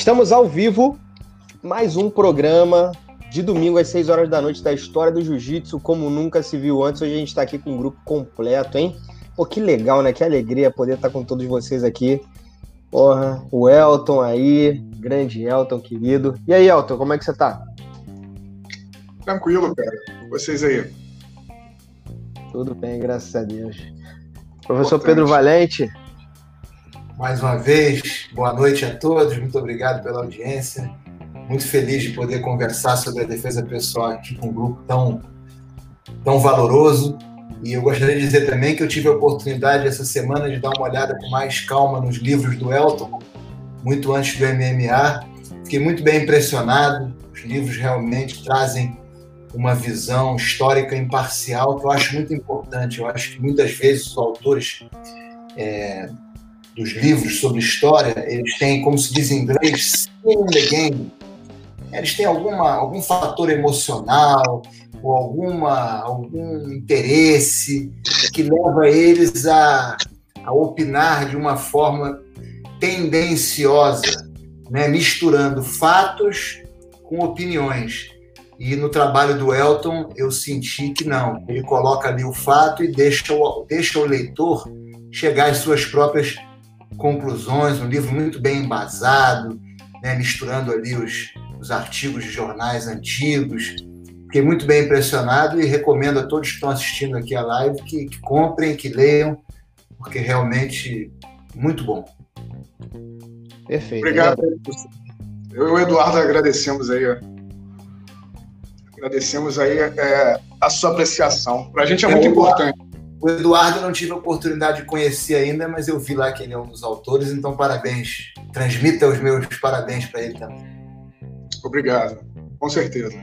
Estamos ao vivo, mais um programa de domingo às 6 horas da noite da história do jiu-jitsu, como nunca se viu antes. Hoje a gente está aqui com um grupo completo, hein? Pô, que legal, né? Que alegria poder estar com todos vocês aqui. Porra, o Elton aí, grande Elton, querido. E aí, Elton, como é que você tá? Tranquilo, cara. Vocês aí? Tudo bem, graças a Deus. Professor Pedro Valente. Mais uma vez, boa noite a todos, muito obrigado pela audiência. Muito feliz de poder conversar sobre a defesa pessoal aqui com um grupo tão valoroso. E eu gostaria de dizer também que eu tive a oportunidade essa semana de dar uma olhada com mais calma nos livros do Elton, muito antes do MMA. Fiquei muito bem impressionado. Os livros realmente trazem uma visão histórica imparcial que eu acho muito importante. Eu acho que muitas vezes os autores dos livros sobre história, eles têm, como se diz em inglês, skin in the game. Eles têm algum fator emocional ou algum interesse que leva eles a opinar de uma forma tendenciosa, né? Misturando fatos com opiniões. E no trabalho do Elton, eu senti que não. Ele coloca ali o fato e deixa o leitor chegar às suas próprias conclusões. Um livro muito bem embasado, né? Misturando ali os artigos de jornais antigos. Fiquei muito bem impressionado e recomendo a todos que estão assistindo aqui a live que comprem, que leiam, porque realmente muito bom. Perfeito. Obrigado. Eu e o Eduardo agradecemos aí a sua apreciação. Para a gente é muito importante. O Eduardo eu não tive a oportunidade de conhecer ainda, mas eu vi lá que ele é um dos autores, então parabéns. Transmita os meus parabéns para ele também. Obrigado, com certeza.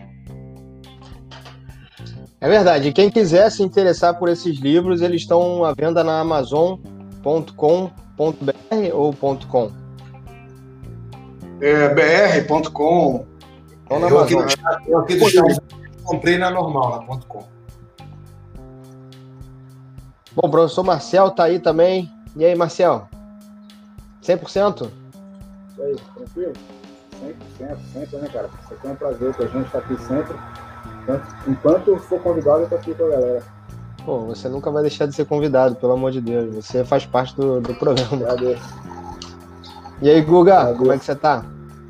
É verdade. Quem quiser se interessar por esses livros, eles estão à venda na Amazon.com.br ou .com? br.com. Ou na Amazon. Eu aqui do Estados Unidos comprei na normal, na .com. Bom, o professor Marcel tá aí também. E aí, Marcel? 100%? Isso aí, tranquilo? 100%, sempre, né, cara? Isso aqui é um prazer que a gente tá aqui sempre. Enquanto for convidado, eu tô aqui com a galera. Pô, você nunca vai deixar de ser convidado, pelo amor de Deus. Você faz parte do programa. Agradeço. E aí, Guga, como é que você tá?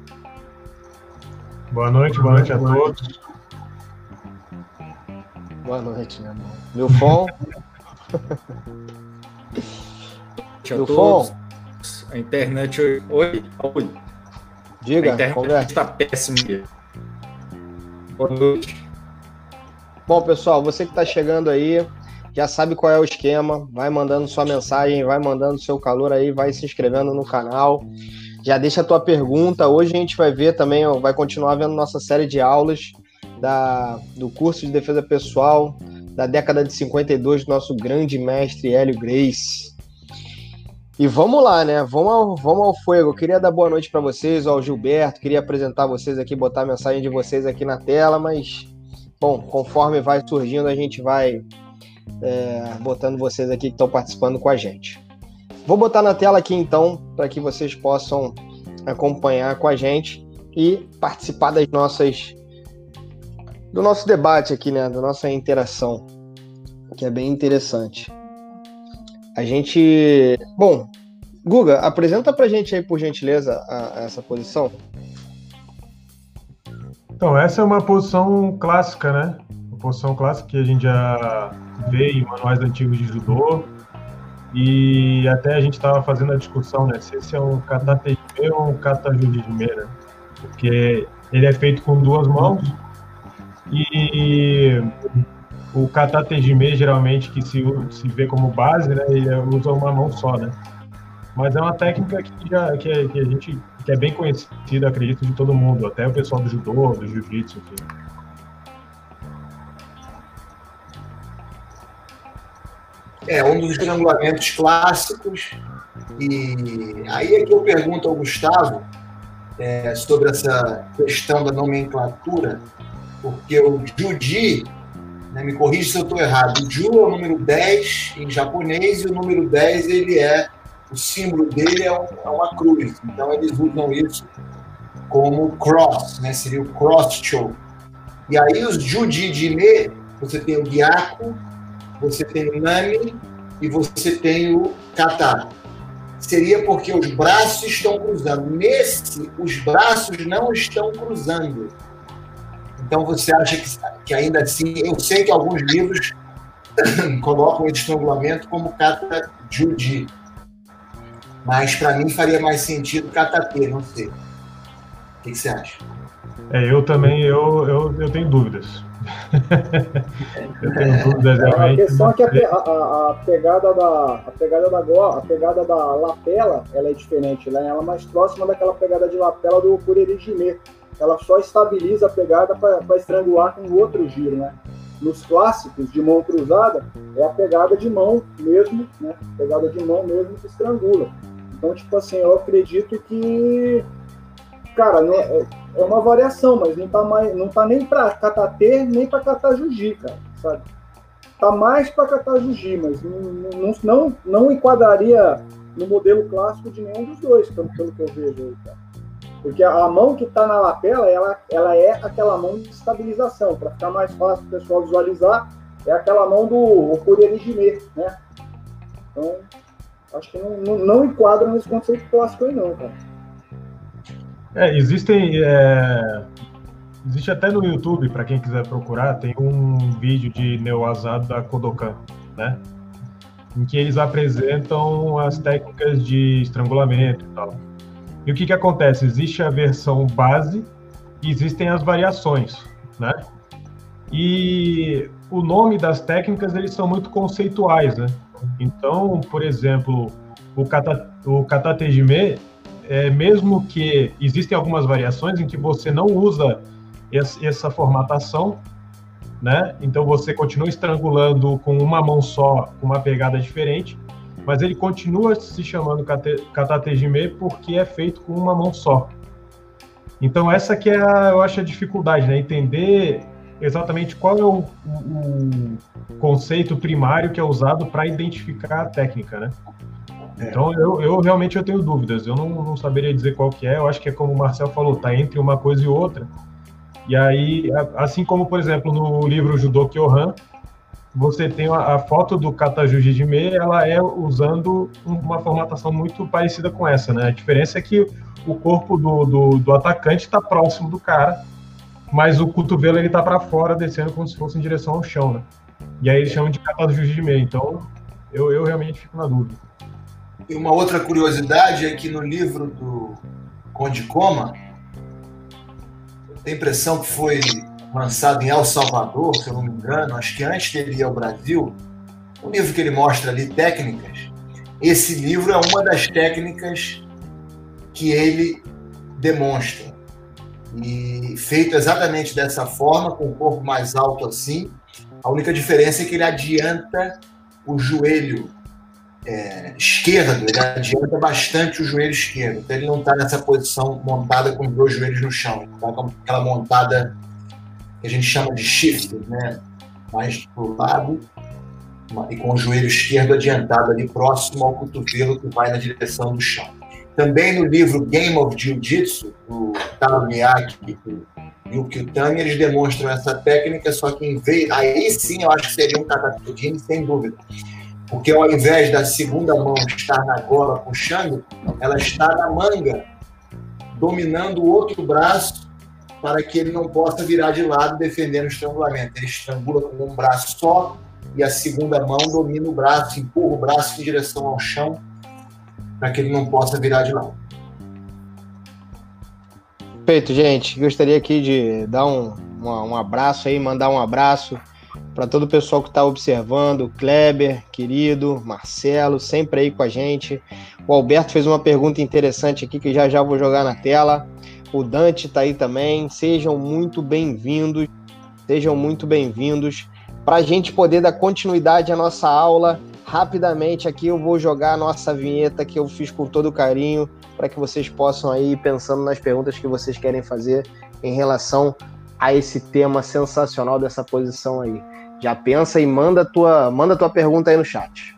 Boa noite a todos. Boa noite, meu irmão. Milfon? Milfon? A internet hoje... Oi. Diga, a internet conversa. Está péssima. Boa noite. Bom, pessoal, você que está chegando aí, já sabe qual é o esquema. Vai mandando sua mensagem, vai mandando seu calor aí, vai se inscrevendo no canal. Já deixa a tua pergunta. Hoje a gente vai ver também, vai continuar vendo nossa série de aulas do curso de defesa pessoal da década de 52 do nosso grande mestre Hélio Gracie. E vamos lá, né? Vamos ao fogo. Eu queria dar boa noite para vocês, ao Gilberto, queria apresentar vocês aqui, botar a mensagem de vocês aqui na tela, mas, bom, conforme vai surgindo, a gente vai botando vocês aqui que estão participando com a gente. Vou botar na tela aqui, então, para que vocês possam acompanhar com a gente e participar do nosso debate aqui, né? Da nossa interação, que é bem interessante. A gente... Bom, Guga, apresenta pra gente aí, por gentileza, essa posição. Então, essa é uma posição clássica, né? Uma posição clássica que a gente já vê em manuais antigos de judô. E até a gente estava fazendo a discussão, né? Se esse é um kata tejime ou um kata jujime, né? Porque ele é feito com duas mãos e... O kata tejime, geralmente, que se vê como base, né, ele usa uma mão só, né? Mas é uma técnica que é bem conhecida, acredito, de todo mundo, até o pessoal do judô, do jiu-jitsu. É um dos estrangulamentos clássicos. E aí é que eu pergunto ao Gustavo sobre essa questão da nomenclatura, porque o Juji, né, me corrija se eu estou errado, o Ju é o número 10 em japonês e o número 10 o símbolo dele é uma cruz. Então eles usam isso como cross, né? Seria o cross choke. E aí os Jujijime, você tem o Gyaku, você tem o Nami e você tem o Kata. Seria porque os braços estão cruzando. Nesse, os braços não estão cruzando. Então você acha que ainda assim, eu sei que alguns livros colocam esse estrangulamento como Kata Juji, mas para mim faria mais sentido Katate, não sei. O que você acha? Eu também, eu tenho dúvidas. Eu tenho dúvidas realmente. A questão é que a pegada da lapela, ela é diferente, né? Ela é mais próxima daquela pegada de lapela do Kurerijime. Ela só estabiliza a pegada para estrangular com o outro giro, né? Nos clássicos de mão cruzada, é a pegada de mão mesmo, né? Pegada de mão mesmo que estrangula. Então, tipo assim, eu acredito que, cara, é uma variação, mas não tá nem para katate, nem para kata juji, cara, sabe? Tá mais para kata juji, mas não enquadraria no modelo clássico de nenhum dos dois, pelo que eu vejo aí, cara. Porque a mão que está na lapela, ela é aquela mão de estabilização. Para ficar mais fácil o pessoal visualizar, é aquela mão do Kurerijime, né? Então, acho que não enquadra nesse conceito clássico aí não, cara. Existe até no YouTube, para quem quiser procurar, tem um vídeo de Neoazado da Kodokan, né? Em que eles apresentam as técnicas de estrangulamento e tal. E o que acontece? Existe a versão base e existem as variações, né? E o nome das técnicas, eles são muito conceituais, né? Então, por exemplo, o katatejime, mesmo que existem algumas variações em que você não usa essa formatação, né? Então você continua estrangulando com uma mão só, com uma pegada diferente, mas ele continua se chamando katatejime porque é feito com uma mão só. Então essa que eu acho a dificuldade, né? Entender exatamente qual é o conceito primário que é usado para identificar a técnica, né? Então eu realmente tenho dúvidas, eu não saberia dizer qual que é, eu acho que é como o Marcel falou, tá entre uma coisa e outra. E aí, assim como, por exemplo, no livro Judo Kyohan, você tem a foto do kata jujijime, ela é usando uma formatação muito parecida com essa, né? A diferença é que o corpo do atacante está próximo do cara, mas o cotovelo ele está para fora, descendo como se fosse em direção ao chão, né? E aí eles chamam de kata jujijime, então eu realmente fico na dúvida. E uma outra curiosidade é que no livro do Conde Coma, eu tenho a impressão que foi lançado em El Salvador, se eu não me engano, acho que antes dele ir ao Brasil, um livro que ele mostra ali técnicas. Esse livro é uma das técnicas que ele demonstra. E feito exatamente dessa forma, com o corpo mais alto assim, a única diferença é que ele adianta o joelho esquerdo, ele adianta bastante o joelho esquerdo. Então ele não está nessa posição montada com os dois joelhos no chão, ele está com aquela montada que a gente chama de shift, né? Mais para o lado e com o joelho esquerdo adiantado ali próximo ao cotovelo que vai na direção do chão. Também no livro Game of Jiu-Jitsu, do Taro Miyake e do Yuki Utami, eles demonstram essa técnica, só que aí sim eu acho que seria um katatejime, sem dúvida. Porque ao invés da segunda mão estar na gola puxando, ela está na manga, dominando o outro braço para que ele não possa virar de lado defendendo o estrangulamento. Ele estrangula com um braço só e a segunda mão domina o braço, empurra o braço em direção ao chão para que ele não possa virar de lado. Perfeito, gente. Gostaria aqui de dar um abraço aí, mandar um abraço para todo o pessoal que está observando, o Kleber, querido, Marcelo, sempre aí com a gente. O Alberto fez uma pergunta interessante aqui que já vou jogar na tela. O Dante está aí também. Sejam muito bem-vindos. Para a gente poder dar continuidade à nossa aula, rapidamente aqui eu vou jogar a nossa vinheta que eu fiz com todo carinho, para que vocês possam aí ir pensando nas perguntas que vocês querem fazer em relação a esse tema sensacional dessa posição aí. Já pensa e manda tua pergunta aí no chat.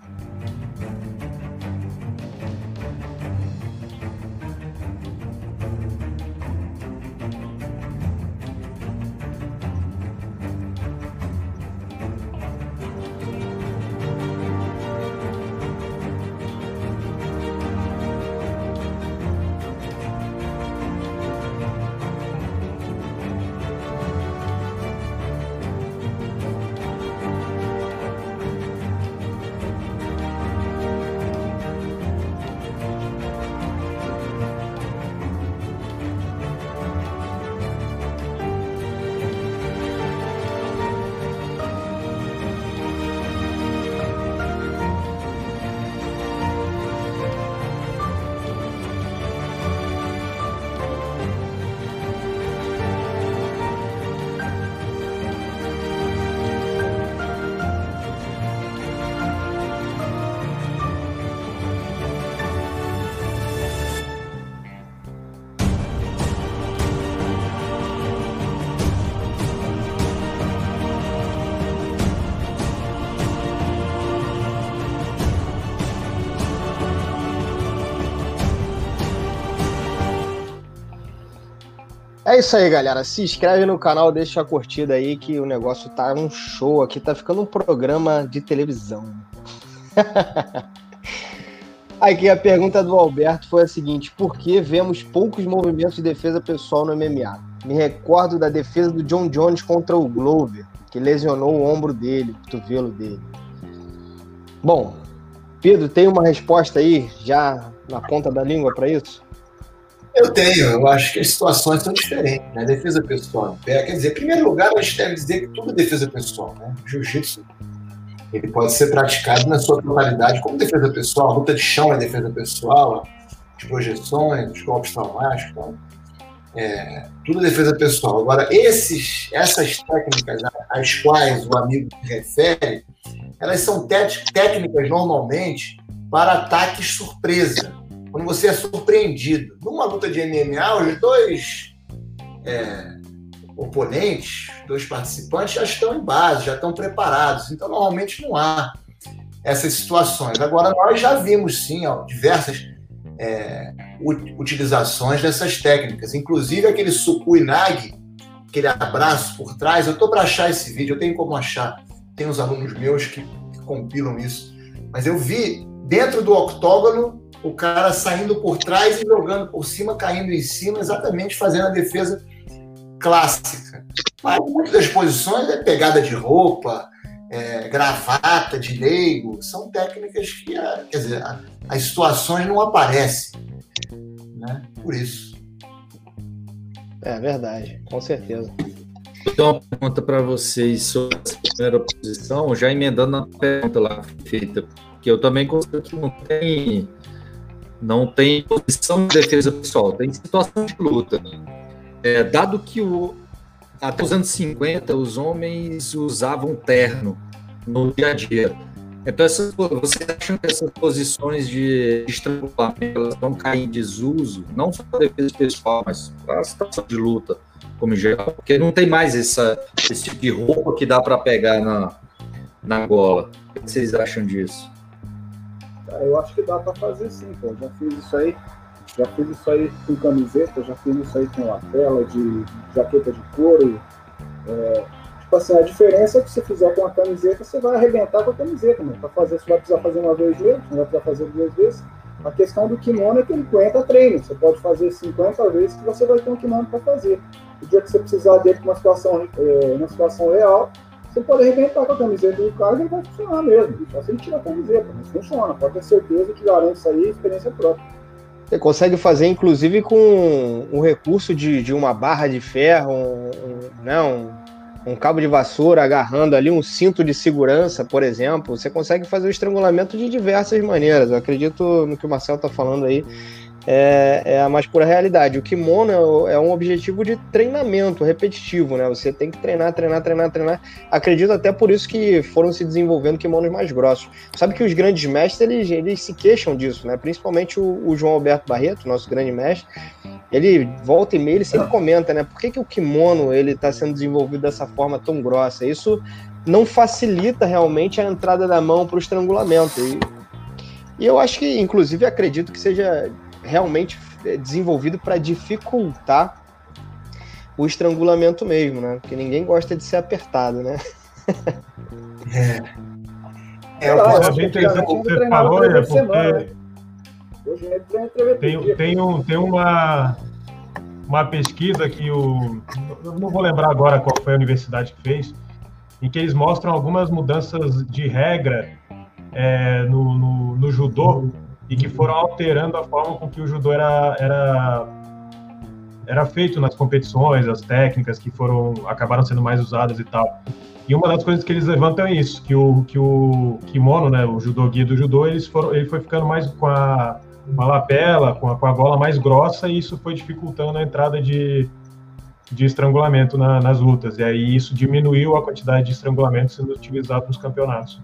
É isso aí, galera. Se inscreve no canal, deixa a curtida aí que o negócio tá um show aqui, tá ficando um programa de televisão. Aqui a pergunta do Alberto foi a seguinte: por que vemos poucos movimentos de defesa pessoal no MMA? Me recordo da defesa do John Jones contra o Glover, que lesionou o ombro dele, o cotovelo dele. Bom, Pedro, tem uma resposta aí, já na ponta da língua para isso? Eu acho que as situações são diferentes, né? Defesa pessoal, quer dizer, em primeiro lugar, a gente deve dizer que tudo é defesa pessoal, né? O jiu-jitsu, ele pode ser praticado na sua totalidade como defesa pessoal, a luta de chão é defesa pessoal, as projeções, os golpes traumáticos, então, tudo é defesa pessoal. Agora, essas técnicas às quais o amigo se refere, elas são técnicas normalmente para ataque surpresa. Quando você é surpreendido. Numa luta de MMA, os dois oponentes, dois participantes, já estão em base, já estão preparados. Então, normalmente, não há essas situações. Agora, nós já vimos, sim, diversas utilizações dessas técnicas. Inclusive, aquele Sukui Nage, aquele abraço por trás. Eu estou para achar esse vídeo, eu tenho como achar. Tem uns alunos meus que compilam isso. Mas eu vi, dentro do octógono, o cara saindo por trás e jogando por cima, caindo em cima, exatamente fazendo a defesa clássica. Mas muitas das posições é pegada de roupa, gravata de leigo, são técnicas que, quer dizer, as situações não aparecem, né? Por isso. É verdade, com certeza. Então, uma pergunta para vocês sobre essa primeira posição, já emendando na pergunta lá feita, que eu também considero que não tem posição de defesa pessoal, tem situação de luta. Dado que até os anos 50 os homens usavam terno no dia a dia. Então, vocês acham que essas posições de estrangulamento elas vão cair em desuso, não só para defesa pessoal, mas para a situação de luta como em geral? Porque não tem mais esse tipo de roupa que dá para pegar na gola. O que vocês acham disso? Eu acho que dá para fazer sim, pô. Já fiz isso aí com camiseta, já fiz isso aí com lapela, de jaqueta de couro. Tipo assim, a diferença é que se você fizer com a camiseta, você vai arrebentar com a camiseta, mas para fazer, você vai precisar fazer uma vez mesmo, não vai precisar fazer 2 vezes. A questão do kimono é que ele aguenta treino. Você pode fazer 50 vezes que você vai ter um kimono para fazer. O dia que você precisar dele com uma situação real, você pode arrebentar com a camiseta do cara e ele vai funcionar mesmo. Só se ele tirar a camiseta, mas funciona. Pode ter certeza que garante isso aí, experiência própria. Você consegue fazer, inclusive, com o recurso de uma barra de ferro, um cabo de vassoura agarrando ali, um cinto de segurança, por exemplo. Você consegue fazer o estrangulamento de diversas maneiras. Eu acredito no que o Marcelo está falando aí. É a mais pura realidade. O kimono é um objetivo de treinamento repetitivo, né? Você tem que treinar. Acredito até por isso que foram se desenvolvendo kimonos mais grossos. Sabe que os grandes mestres, eles se queixam disso, né? Principalmente o João Alberto Barreto, nosso grande mestre. Ele volta e meia, ele sempre comenta, né? Por que o kimono ele está sendo desenvolvido dessa forma tão grossa? Isso não facilita realmente a entrada da mão para o estrangulamento. E eu acho que, inclusive, acredito que seja realmente desenvolvido para dificultar o estrangulamento mesmo, né? Porque ninguém gosta de ser apertado, né? Bem interessante o que você falou, porque tem uma pesquisa que eu não vou lembrar agora qual foi a universidade que fez, em que eles mostram algumas mudanças de regra no judô e que foram alterando a forma com que o judô era feito nas competições, as técnicas que acabaram sendo mais usadas e tal. E uma das coisas que eles levantam é isso, que o kimono, né, o judogi do judô, ele foi ficando mais com a lapela, com a gola mais grossa, e isso foi dificultando a entrada de estrangulamento nas lutas. E aí isso diminuiu a quantidade de estrangulamento sendo utilizado nos campeonatos.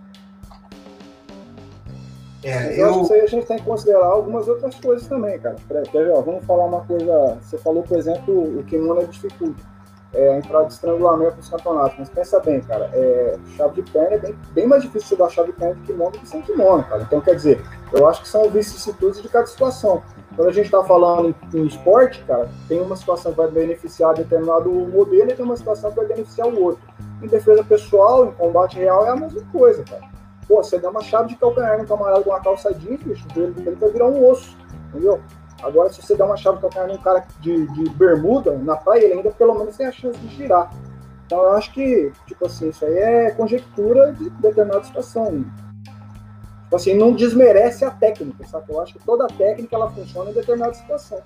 Eu acho que isso aí a gente tem que considerar algumas outras coisas também, cara. Vamos falar uma coisa. Você falou, por exemplo, o kimono dificulta a entrada de estrangulamento nos campeonatos. Mas pensa bem, cara, chave de perna é bem mais difícil você dar chave de perna de kimono do que sem kimono, cara. Então, quer dizer, eu acho que são vicissitudes de cada situação. Quando a gente está falando em esporte, cara, tem uma situação que vai beneficiar determinado modelo e tem uma situação que vai beneficiar o outro. Em defesa pessoal, em combate real, é a mesma coisa, cara. Pô, você dá uma chave de calcanhar no camarada com uma calça jeans, bicho, ele vai virar um osso, entendeu? Agora, se você dá uma chave de calcanhar num cara de bermuda, na praia, ele ainda pelo menos tem a chance de girar. Então, eu acho que, tipo assim, isso aí é conjectura de determinada situação. Tipo assim, não desmerece a técnica, sabe? Eu acho que toda a técnica, ela funciona em determinada situação.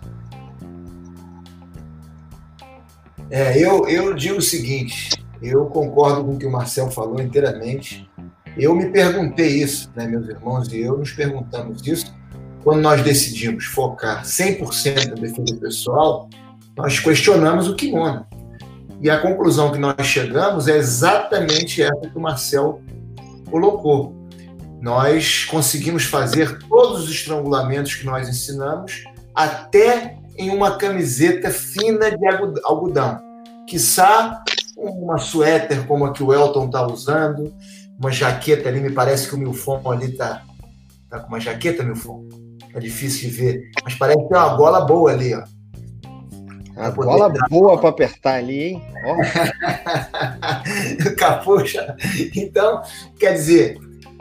Eu digo o seguinte, eu concordo com o que o Marcel falou inteiramente. Eu me perguntei isso, né, meus irmãos, e eu nos perguntamos isso. Quando nós decidimos focar 100% na defesa pessoal, nós questionamos o kimono. E a conclusão que nós chegamos é exatamente essa que o Marcel colocou. Nós conseguimos fazer todos os estrangulamentos que nós ensinamos, até em uma camiseta fina de algodão. Quiçá uma suéter como a que o Elton está usando, uma jaqueta ali, me parece que o Milfon ali está com uma jaqueta, Milfon? É difícil de ver, mas parece que tem uma gola boa ali, ó. A bola boa para apertar ali, hein? Capucha. Então, quer dizer,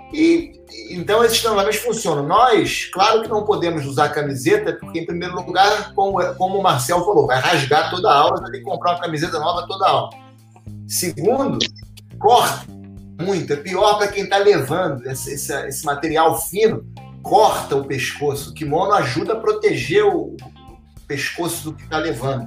então esses treinamentos funcionam. Nós, claro que não podemos usar camiseta, porque, em primeiro lugar, como o Marcel falou, vai rasgar toda a aula, vai ter que comprar uma camiseta nova toda a aula. Segundo, corta muito, é pior para quem está levando esse material fino, corta o pescoço. O kimono ajuda a proteger o pescoço do que está levando.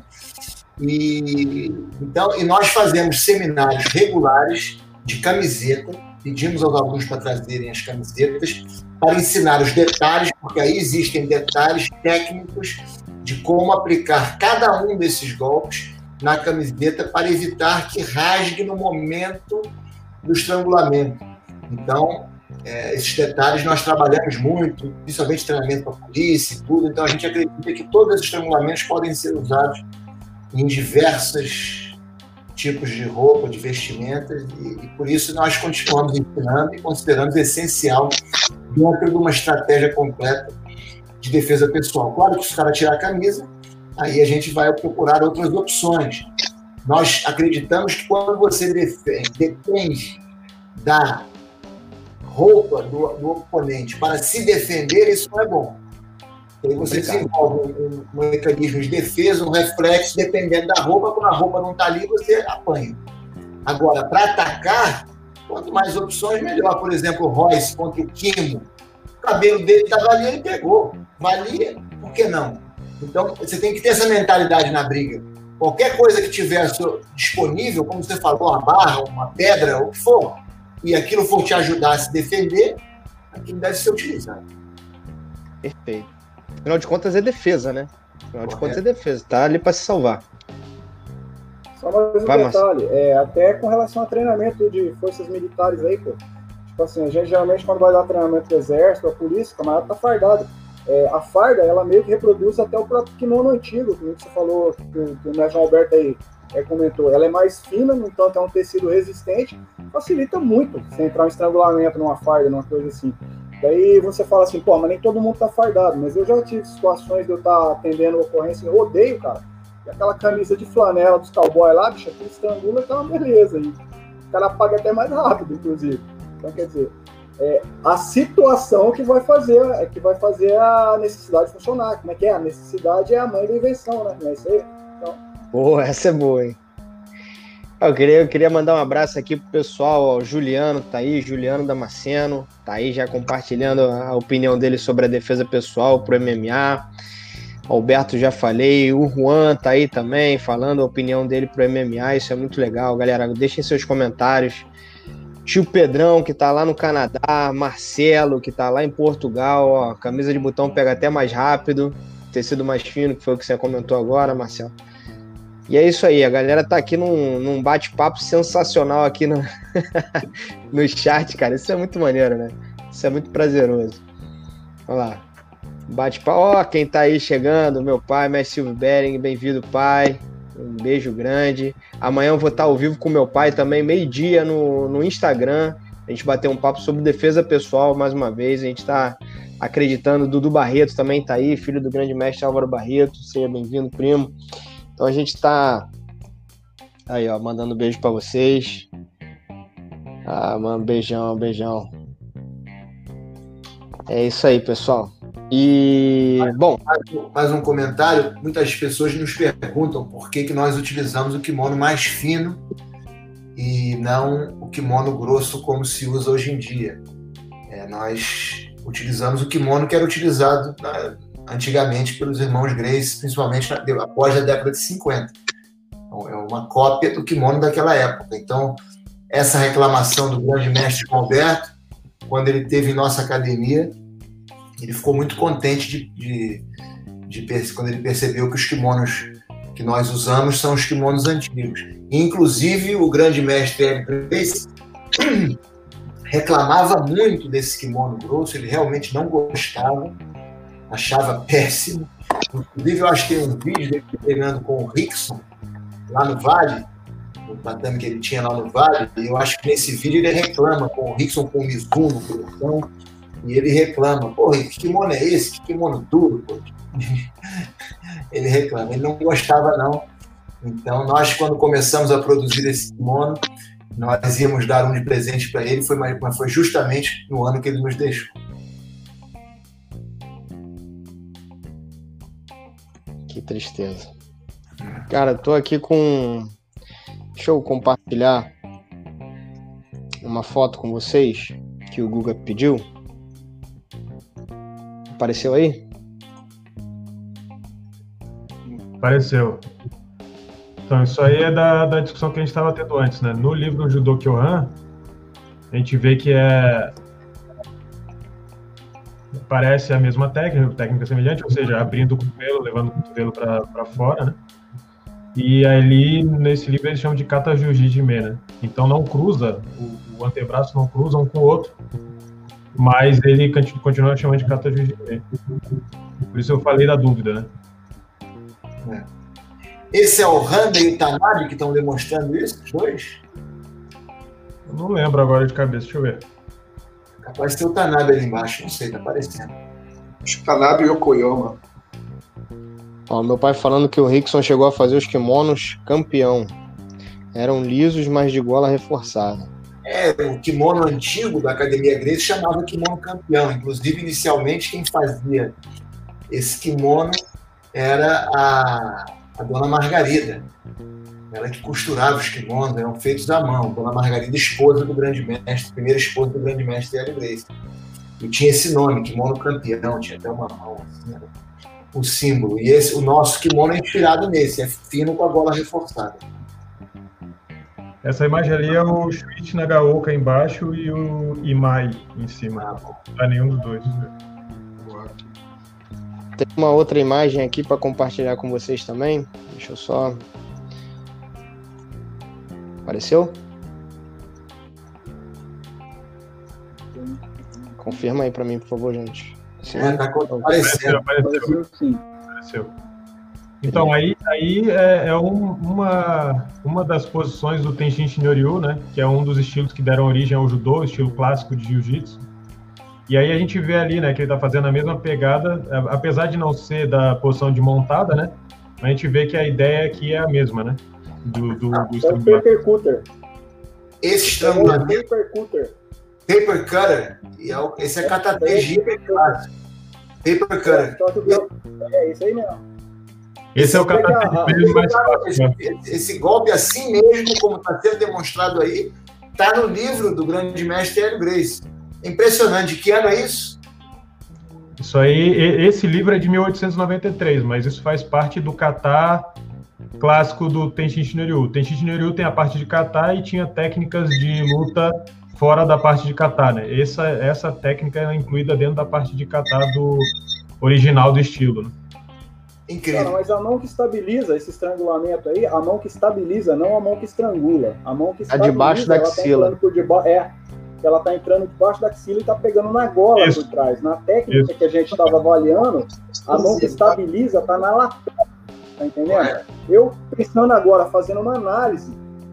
E nós fazemos seminários regulares de camiseta, pedimos aos alunos para trazerem as camisetas, para ensinar os detalhes, porque aí existem detalhes técnicos de como aplicar cada um desses golpes na camiseta para evitar que rasgue no momento do estrangulamento. Então, esses detalhes nós trabalhamos muito, principalmente treinamento para a polícia e tudo, então a gente acredita que todos esses estrangulamentos podem ser usados em diversos tipos de roupa, de vestimentas, e por isso nós continuamos ensinando e consideramos essencial dentro de uma estratégia completa de defesa pessoal. Claro que se o cara tirar a camisa, aí a gente vai procurar outras opções. Nós acreditamos que quando você depende da roupa do oponente para se defender, isso não é bom. Aí você desenvolve um mecanismo de defesa, um reflexo, dependendo da roupa. Quando a roupa não está ali, você apanha. Agora, para atacar, quanto mais opções, melhor. Por exemplo, o Royce contra o Kimo. O cabelo dele estava ali, ele pegou. Valia, por que não? Então, você tem que ter essa mentalidade na briga. Qualquer coisa que tiver disponível, como você falou, uma barra, uma pedra, o que for, e aquilo for te ajudar a se defender, aquilo deve ser utilizado. Perfeito. Afinal de contas é defesa, né? Afinal de contas é defesa. Tá ali para se salvar. Só mais um detalhe. Até com relação a treinamento de forças militares aí, pô. Tipo assim, a gente geralmente quando vai dar treinamento do exército, a polícia, o camarada tá fardado. A farda, ela meio que reproduz até o próprio kimono antigo, como você falou, que o Mestre Alberto aí comentou. Ela é mais fina, no entanto é um tecido resistente, facilita muito você entrar um estrangulamento numa farda, numa coisa assim. Daí você fala assim, pô, mas nem todo mundo tá fardado, mas eu já tive situações de eu estar atendendo ocorrência em rodeio, cara, e aquela camisa de flanela dos cowboys lá, bicho, aquele estrangula, tá uma beleza, e o cara paga até mais rápido, inclusive. Então, quer dizer, a situação que vai fazer a necessidade funcionar. Como é que é? A necessidade é a mãe da invenção, né? Não é isso aí? Então... Boa, essa é boa, hein? Eu queria mandar um abraço aqui pro pessoal, ó, o Juliano tá aí, Juliano Damasceno, tá aí já compartilhando a opinião dele sobre a defesa pessoal pro MMA. Alberto já falei, o Juan tá aí também, falando a opinião dele pro MMA, isso é muito legal, galera, deixem seus comentários. Tio Pedrão, que tá lá no Canadá, Marcelo, que tá lá em Portugal, ó, camisa de botão pega até mais rápido, tecido mais fino, que foi o que você comentou agora, Marcelo. E é isso aí, a galera tá aqui num bate-papo sensacional aqui no, no chat, cara, isso é muito maneiro, né? Isso é muito prazeroso. Olha lá, bate-papo, ó, quem tá aí chegando, meu pai, Mestre Silvio Bering, bem-vindo, pai. Um beijo grande. Amanhã eu vou estar ao vivo com meu pai também, meio-dia no Instagram. A gente bater um papo sobre defesa pessoal mais uma vez. A gente está acreditando. Dudu Barreto também tá aí, filho do grande mestre Álvaro Barreto. Seja bem-vindo, primo. Então a gente tá aí, ó, mandando beijo pra vocês. Mano, beijão. É isso aí, pessoal. E, bom... Mais um comentário. Muitas pessoas nos perguntam por que nós utilizamos o kimono mais fino e não o kimono grosso como se usa hoje em dia. Nós utilizamos o kimono que era utilizado antigamente pelos irmãos Gracie, principalmente após a década de 50. Então, é uma cópia do kimono daquela época. Então, essa reclamação do grande mestre Alberto, quando ele esteve em nossa academia, ele ficou muito contente quando ele percebeu que os kimonos que nós usamos são os kimonos antigos. Inclusive, o grande mestre Hélio Gracie reclamava muito desse kimono grosso, ele realmente não gostava, achava péssimo. Inclusive, eu acho que tem um vídeo dele treinando com o Rickson, lá no Vale, no tatame que ele tinha lá no Vale, e eu acho que nesse vídeo ele reclama com o Rickson, com o Mizuno, coração, e ele reclama, porra, que kimono é esse? Que kimono duro, pô. Ele reclama, ele não gostava não. Então, nós, quando começamos a produzir esse kimono, nós íamos dar um de presente para ele, mas foi justamente no ano que ele nos deixou. Que tristeza. Cara, tô aqui com... Deixa eu compartilhar uma foto com vocês que o Guga pediu. Apareceu aí? Apareceu. Então, isso aí é da discussão que a gente estava tendo antes, né? No livro Judô Kyohan, a gente vê que parece a mesma técnica semelhante, ou seja, abrindo o cotovelo, levando o cotovelo para fora, né? E ali, nesse livro, eles chamam de Kata Jujijime, né? Então, não cruza, o antebraço não cruza um com o outro, mas ele continua chamando de Kata Jujijime. Por isso eu falei da dúvida, né? Esse é o Handa e o Tanabe que estão demonstrando isso, os dois? Eu não lembro agora de cabeça, deixa eu ver. Capaz de ter o Tanabe ali embaixo, não sei, tá aparecendo. Acho que Tanabe e Yokoyama. Ó, meu pai falando que o Rickson chegou a fazer os kimonos campeão. Eram lisos, mas de gola reforçada. O kimono antigo da Academia Gracie chamava kimono campeão. Inclusive, inicialmente, quem fazia esse kimono era a Dona Margarida. Ela que costurava os kimonos, eram feitos à mão. Dona Margarida, esposa do grande mestre, primeira esposa do grande mestre Hélio Gracie. E tinha esse nome, kimono campeão, tinha até uma mão, assim, era o símbolo. E o nosso kimono é inspirado nesse, é fino com a gola reforçada. Essa imagem ali é o Shuichi Nagaoka embaixo e o Imai em cima. Não é nenhum dos dois. Tem uma outra imagem aqui para compartilhar com vocês também. Deixa eu só... Apareceu? Confirma aí para mim, por favor, gente. Tá aparecendo. Apareceu. Então, aí é uma das posições do Tenshin Shinryu, né? Que é um dos estilos que deram origem ao judô, o estilo clássico de jiu-jitsu. E aí a gente vê ali, né, que ele tá fazendo a mesma pegada, apesar de não ser da posição de montada, né? A gente vê que a ideia aqui é a mesma, né? Do é o paper cutter. Esse estrangulamento... Paper cutter. Paper cutter. Esse é katateji. Paper cutter. É isso aí mesmo. Esse é o katateji mais fácil. Esse golpe assim mesmo, como está sendo demonstrado aí, está no livro do grande mestre Hélio Gracie. Impressionante. Que ano é isso? Isso aí, esse livro é de 1893, mas isso faz parte do kata clássico do Tenshin Shinryu. O Tenshin Shinryu tem a parte de kata e tinha técnicas de luta fora da parte de kata, né? Essa técnica é incluída dentro da parte de kata do original do estilo, né? Incrível. Cara, mas a mão que estabiliza esse estrangulamento aí, a mão que estabiliza, não a mão que estrangula. A mão que estabiliza, debaixo da axila. Ela tá entrando debaixo da axila e tá pegando na gola por trás. Na técnica que a gente estava avaliando, a mão que estabiliza tá na lapela, tá entendendo? Eu, pensando agora, fazendo uma análise,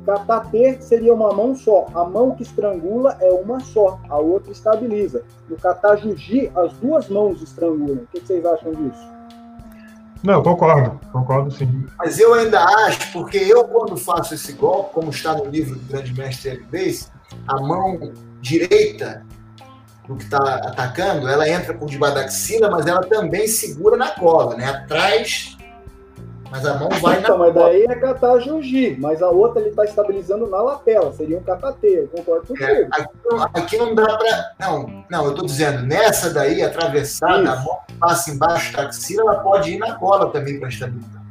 kata T seria uma mão só. A mão que estrangula é uma só, a outra estabiliza. No kata Juji, as duas mãos estrangulam. O que vocês acham disso? Não, concordo sim. Mas eu ainda acho, porque eu, quando faço esse golpe, como está no livro do grande mestre Hélio Gracie, a mão direita do que está atacando, ela entra por debaixo da axila, mas ela também segura na cola, né? Atrás, mas a mão vai então, na mas cola. daí é kata Juji, mas a outra ele está estabilizando na lapela, seria um kata T, eu concordo contigo. Aqui não dá para... Não, eu estou dizendo, nessa daí, atravessada, Isso. a mão que passa embaixo da axila, ela pode ir na cola também para estabilizar.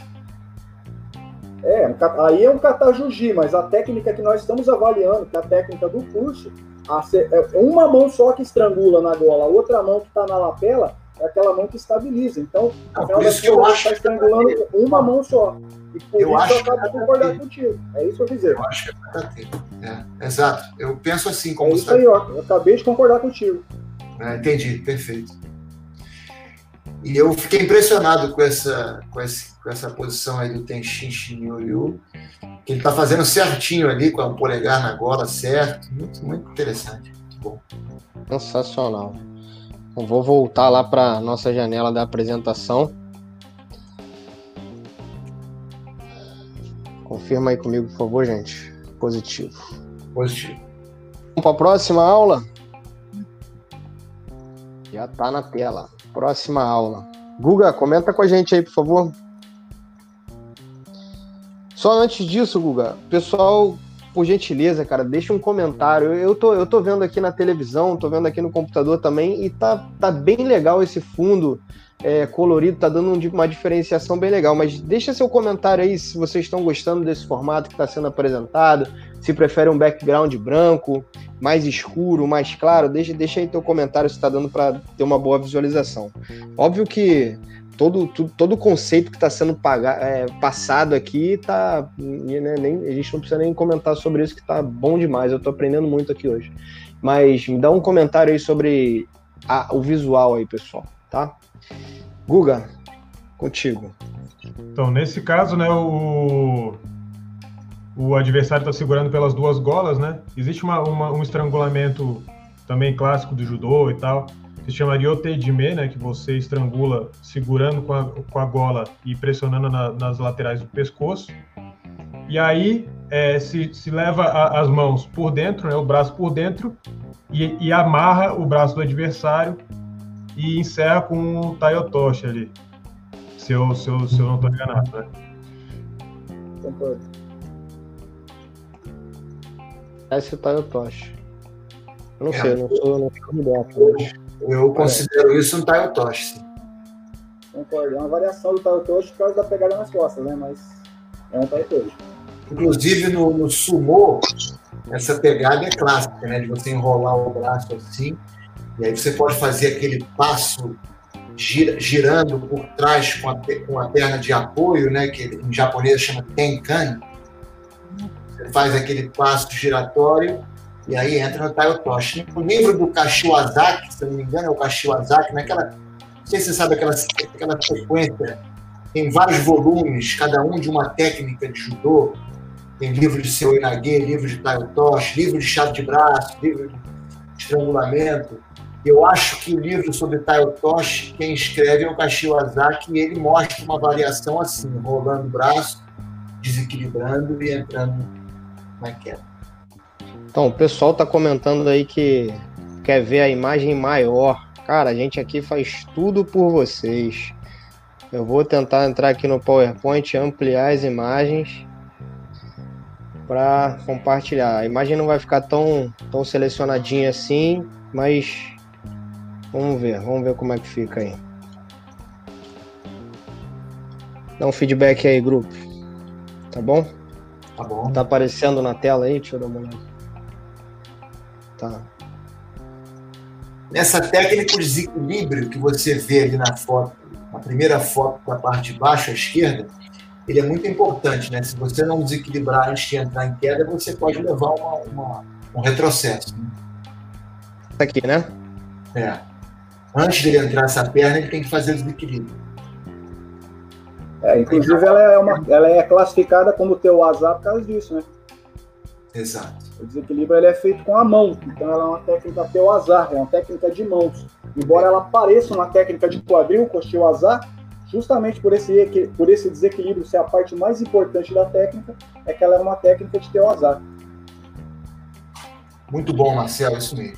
Aí é um kata Juji, mas a técnica que nós estamos avaliando, que é a técnica do curso, é uma mão só que estrangula na gola, a outra mão que está na lapela é aquela mão que estabiliza. Então, Por isso que eu acho está estrangulando uma mão só. E por Eu isso acho eu acabo de concordar contigo. É isso que eu quis dizer. Eu acho que é kata T. Exato. Eu penso assim, É como isso aí, ó. Eu acabei de concordar contigo. Entendi, perfeito. E eu fiquei impressionado com essa posição aí do Tenshin Shinryu, que ele está fazendo certinho ali, com o polegar na gola, certo. Muito, muito interessante. Muito bom. Sensacional. Eu vou voltar lá para nossa janela da apresentação. Confirma aí comigo, por favor, gente. Positivo. Positivo. Vamos para a próxima aula? Já está na tela. Próxima aula. Guga, comenta com a gente aí, por favor. Só antes disso, Guga, pessoal, por gentileza, cara, deixa um comentário. Eu tô vendo aqui na televisão, tô vendo aqui no computador também, e tá bem legal esse fundo colorido, tá dando uma diferenciação bem legal, mas deixa seu comentário aí se vocês estão gostando desse formato que está sendo apresentado, se prefere um background branco, mais escuro, mais claro, deixa aí teu comentário se está dando para ter uma boa visualização. Óbvio que todo o conceito que está sendo passado aqui tá, né, a gente não precisa nem comentar sobre isso, que tá bom demais, eu estou aprendendo muito aqui hoje. Mas me dá um comentário aí sobre o visual aí, pessoal, tá? Guga, contigo. Então, nesse caso, né, o adversário está segurando pelas duas golas, né? Existe um estrangulamento também clássico do judô e tal, que se chama ryotejime, né, que você estrangula segurando com a gola e pressionando nas laterais do pescoço. E aí se leva as mãos por dentro, né, o braço por dentro, e amarra o braço do adversário e encerra com o Taiotoshi ali, se eu não estou enganado, né? Concordo. Esse é o Taiotoshi. Eu não sei, eu não sou ideia. Eu considero isso um Taiotoshi, sim. Concordo. É uma variação do Taiotoshi por causa da pegada nas costas, né? Mas é um Taiotoshi. Inclusive no sumô, essa pegada é clássica, né? De você enrolar o braço assim, e aí você pode fazer aquele passo girando por trás com a perna de apoio, né? Que em japonês chama tenkan. Você faz aquele passo giratório e aí entra no Taiotoshi. No livro do Kashiwazaki, se eu não me engano, é o Kashiwazaki, naquela, não sei se você sabe, aquela sequência, tem vários volumes, cada um de uma técnica de judô. Tem livro de Seo Inage, livro de Taiotoshi, livro de chave de braço, livro de estrangulamento. Eu acho que o livro sobre Taiotoshi, quem escreve é o Kashiwazaki, e ele mostra uma variação assim, rolando o braço, desequilibrando e entrando na queda. Então, o pessoal tá comentando aí que quer ver a imagem maior. Cara, a gente aqui faz tudo por vocês. Eu vou tentar entrar aqui no PowerPoint, ampliar as imagens para compartilhar. A imagem não vai ficar tão selecionadinha assim, mas vamos ver como é que fica aí. Dá um feedback aí, grupo. Tá bom? Tá bom. Tá aparecendo na tela aí? Deixa eu dar uma olhada. Tá. Nessa técnica de desequilíbrio que você vê ali na foto, na primeira foto da parte de baixo à esquerda, ele é muito importante, né? Se você não desequilibrar antes de entrar em queda, você pode levar um retrocesso. Né? Aqui, né? Antes dele entrar essa perna, ele tem que fazer o desequilíbrio. Inclusive, ela é classificada como teu WhatsApp por causa disso, né? Exato. O desequilíbrio ele é feito com a mão, então ela é uma técnica teo-azar, é uma técnica de mãos. Embora ela pareça uma técnica de quadril, cochil-azar, justamente por esse desequilíbrio ser a parte mais importante da técnica, é que ela é uma técnica de teo-azar. Muito bom, Marcelo, isso mesmo.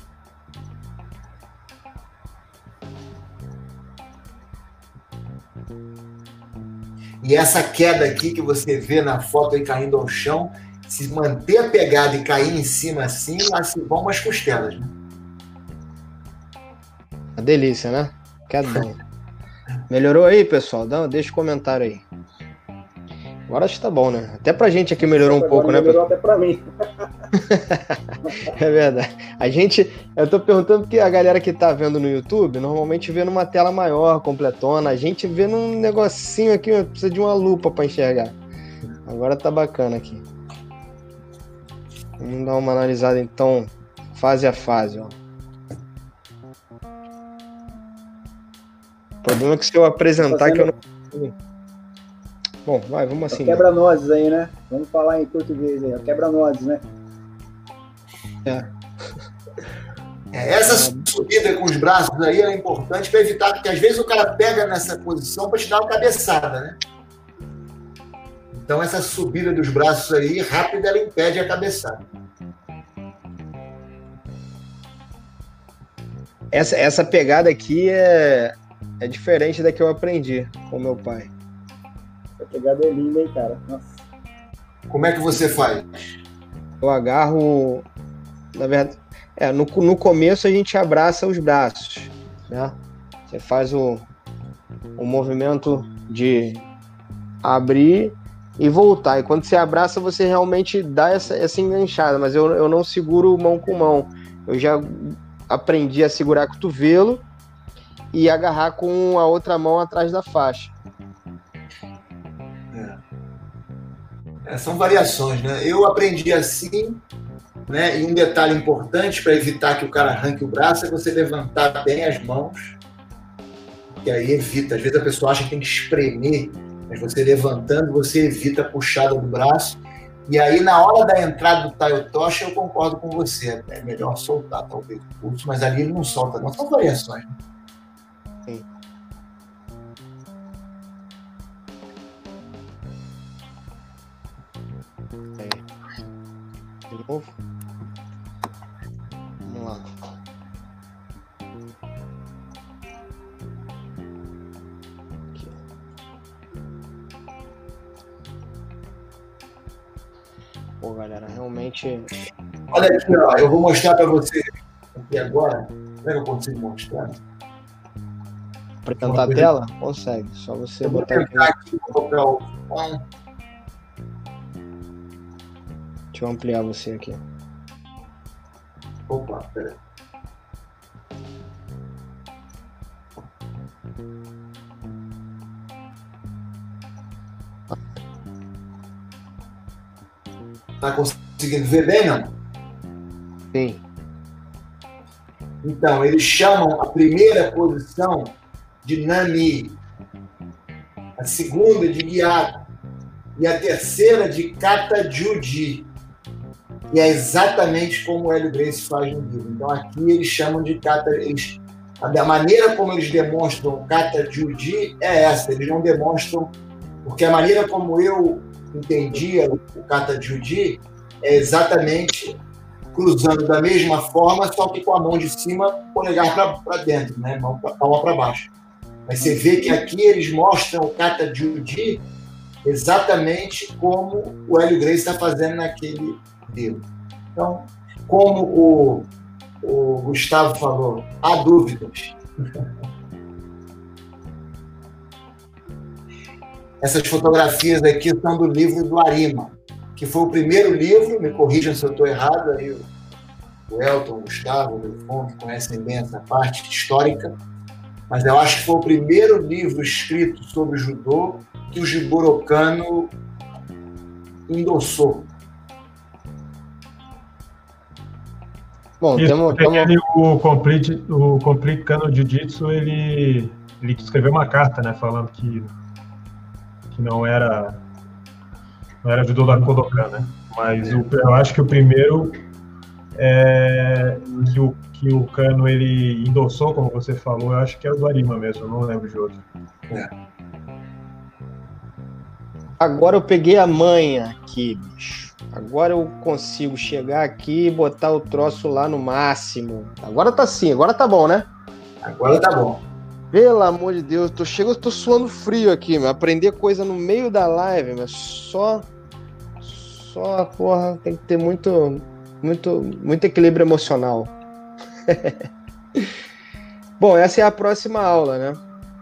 E essa queda aqui que você vê na foto aí caindo ao chão, se manter a pegada e cair em cima assim, lá se vão umas costelas, né? Uma delícia, né? Quedão. Melhorou aí, pessoal? Deixa um comentário aí. Agora acho que tá bom, né? Até pra gente aqui melhorou um pouco, né? Melhorou até pra mim. É verdade. Eu tô perguntando porque a galera que tá vendo no YouTube, normalmente vê numa tela maior, completona. A gente vê num negocinho aqui, precisa de uma lupa pra enxergar. Agora tá bacana aqui. Vamos dar uma analisada então, fase a fase, ó. O problema é que se eu apresentar que eu não... Bom, vamos assim. Quebra-nozes aí, né? Vamos falar em português aí, quebra-nozes, né? Essa subida com os braços aí é importante para evitar, porque às vezes o cara pega nessa posição para te dar uma cabeçada, né? Então essa subida dos braços aí, rápida, ela impede a cabeçada. Essa pegada aqui é diferente da que eu aprendi com meu pai. Essa pegada é linda, hein, cara? Nossa. Como é que você faz? Eu agarro, na verdade, no começo a gente abraça os braços, né? Você faz o movimento de abrir e voltar. E quando você abraça, você realmente dá essa enganchada, mas eu não seguro mão com mão. Eu já aprendi a segurar cotovelo e agarrar com a outra mão atrás da faixa. São variações, né? Eu aprendi assim, né? E um detalhe importante para evitar que o cara arranque o braço é você levantar bem as mãos, que aí evita. Às vezes a pessoa acha que tem que espremer, mas você levantando, você evita a puxada do braço. E aí, na hora da entrada do Tai Otoshi, eu concordo com você. É melhor soltar, talvez, o pulso, mas ali ele não solta, não. São variações, né? Sim. De novo. Vamos lá. Aqui. Pô, galera, realmente... Olha aqui, ó, eu vou mostrar para você aqui agora. Como é que eu consigo mostrar? Apresentar a tela? Consegue. Só você botar aqui. Vou colocar o... Deixa eu ampliar você aqui. Opa, peraí. Tá conseguindo ver bem, não? Sim. Então, eles chamam a primeira posição de Nami, a segunda de Gyatso e a terceira de Kata Juji. E é exatamente como o Hélio Gracie faz no livro. Então, aqui eles chamam de Kata... A maneira como eles demonstram Kata Juji é essa. Eles não demonstram... Porque a maneira como eu entendia o Kata Juji é exatamente cruzando da mesma forma, só que com a mão de cima, polegar para dentro, né? Palma para baixo. Mas você vê que aqui eles mostram o Kata Juji exatamente como o Hélio Gracie está fazendo naquele livro. Então, como o Gustavo falou, há dúvidas. Essas fotografias aqui são do livro do Arima, que foi o primeiro livro, me corrijam se eu estou errado, aí o Elton, o Gustavo, o Delfon, que conhecem bem essa parte histórica, mas eu acho que foi o primeiro livro escrito sobre judô que o Jigoro Kano endossou. Bom, o Complete Kano Jiu-Jitsu, ele escreveu uma carta, né, falando que não era judô da Kodokan, né? Mas eu acho que o primeiro que o Cano ele endossou, como você falou, eu acho que é o do Arima mesmo, eu não lembro de outro. Agora eu peguei a manha aqui, bicho. Agora eu consigo chegar aqui e botar o troço lá no máximo. Agora tá sim, agora tá bom, né? Agora tá bom. Pelo amor de Deus, eu tô suando frio aqui, meu. Aprender coisa no meio da live, mas só, porra, tem que ter muito equilíbrio emocional. Bom, essa é a próxima aula, né?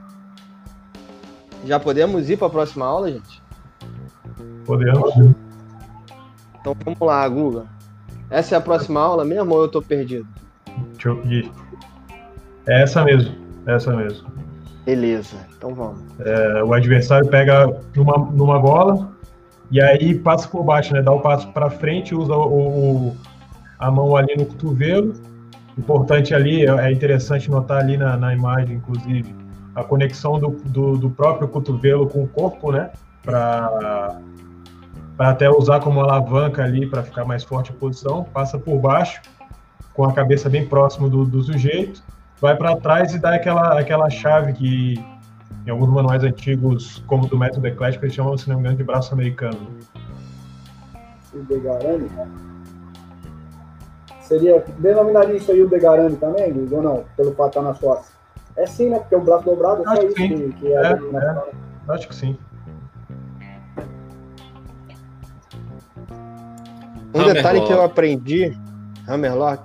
Já podemos ir para a próxima aula, gente? Podemos. Então vamos lá, Guga. Essa é a próxima aula mesmo ou eu tô perdido? Deixa eu ir. É essa mesmo. Beleza, então vamos. O adversário pega numa gola e aí passa por baixo, né? Dá o passo para frente, usa a mão ali no cotovelo. Importante ali, é interessante notar ali na imagem, inclusive, a conexão do próprio cotovelo com o corpo, né? Para até usar como alavanca ali para ficar mais forte a posição. Passa por baixo, com a cabeça bem próximo do sujeito, vai para trás e dá aquela chave que em alguns manuais antigos, como do método eclético, eles chamam, se não me engano, de braço americano. O Degarani? Denominaria isso aí o Degarani também, Luiz, ou não? Pelo fato de estar nas costas. É sim, né? Porque o braço dobrado é só isso que é. Acho que sim. Um detalhe que eu aprendi, Hammerlock,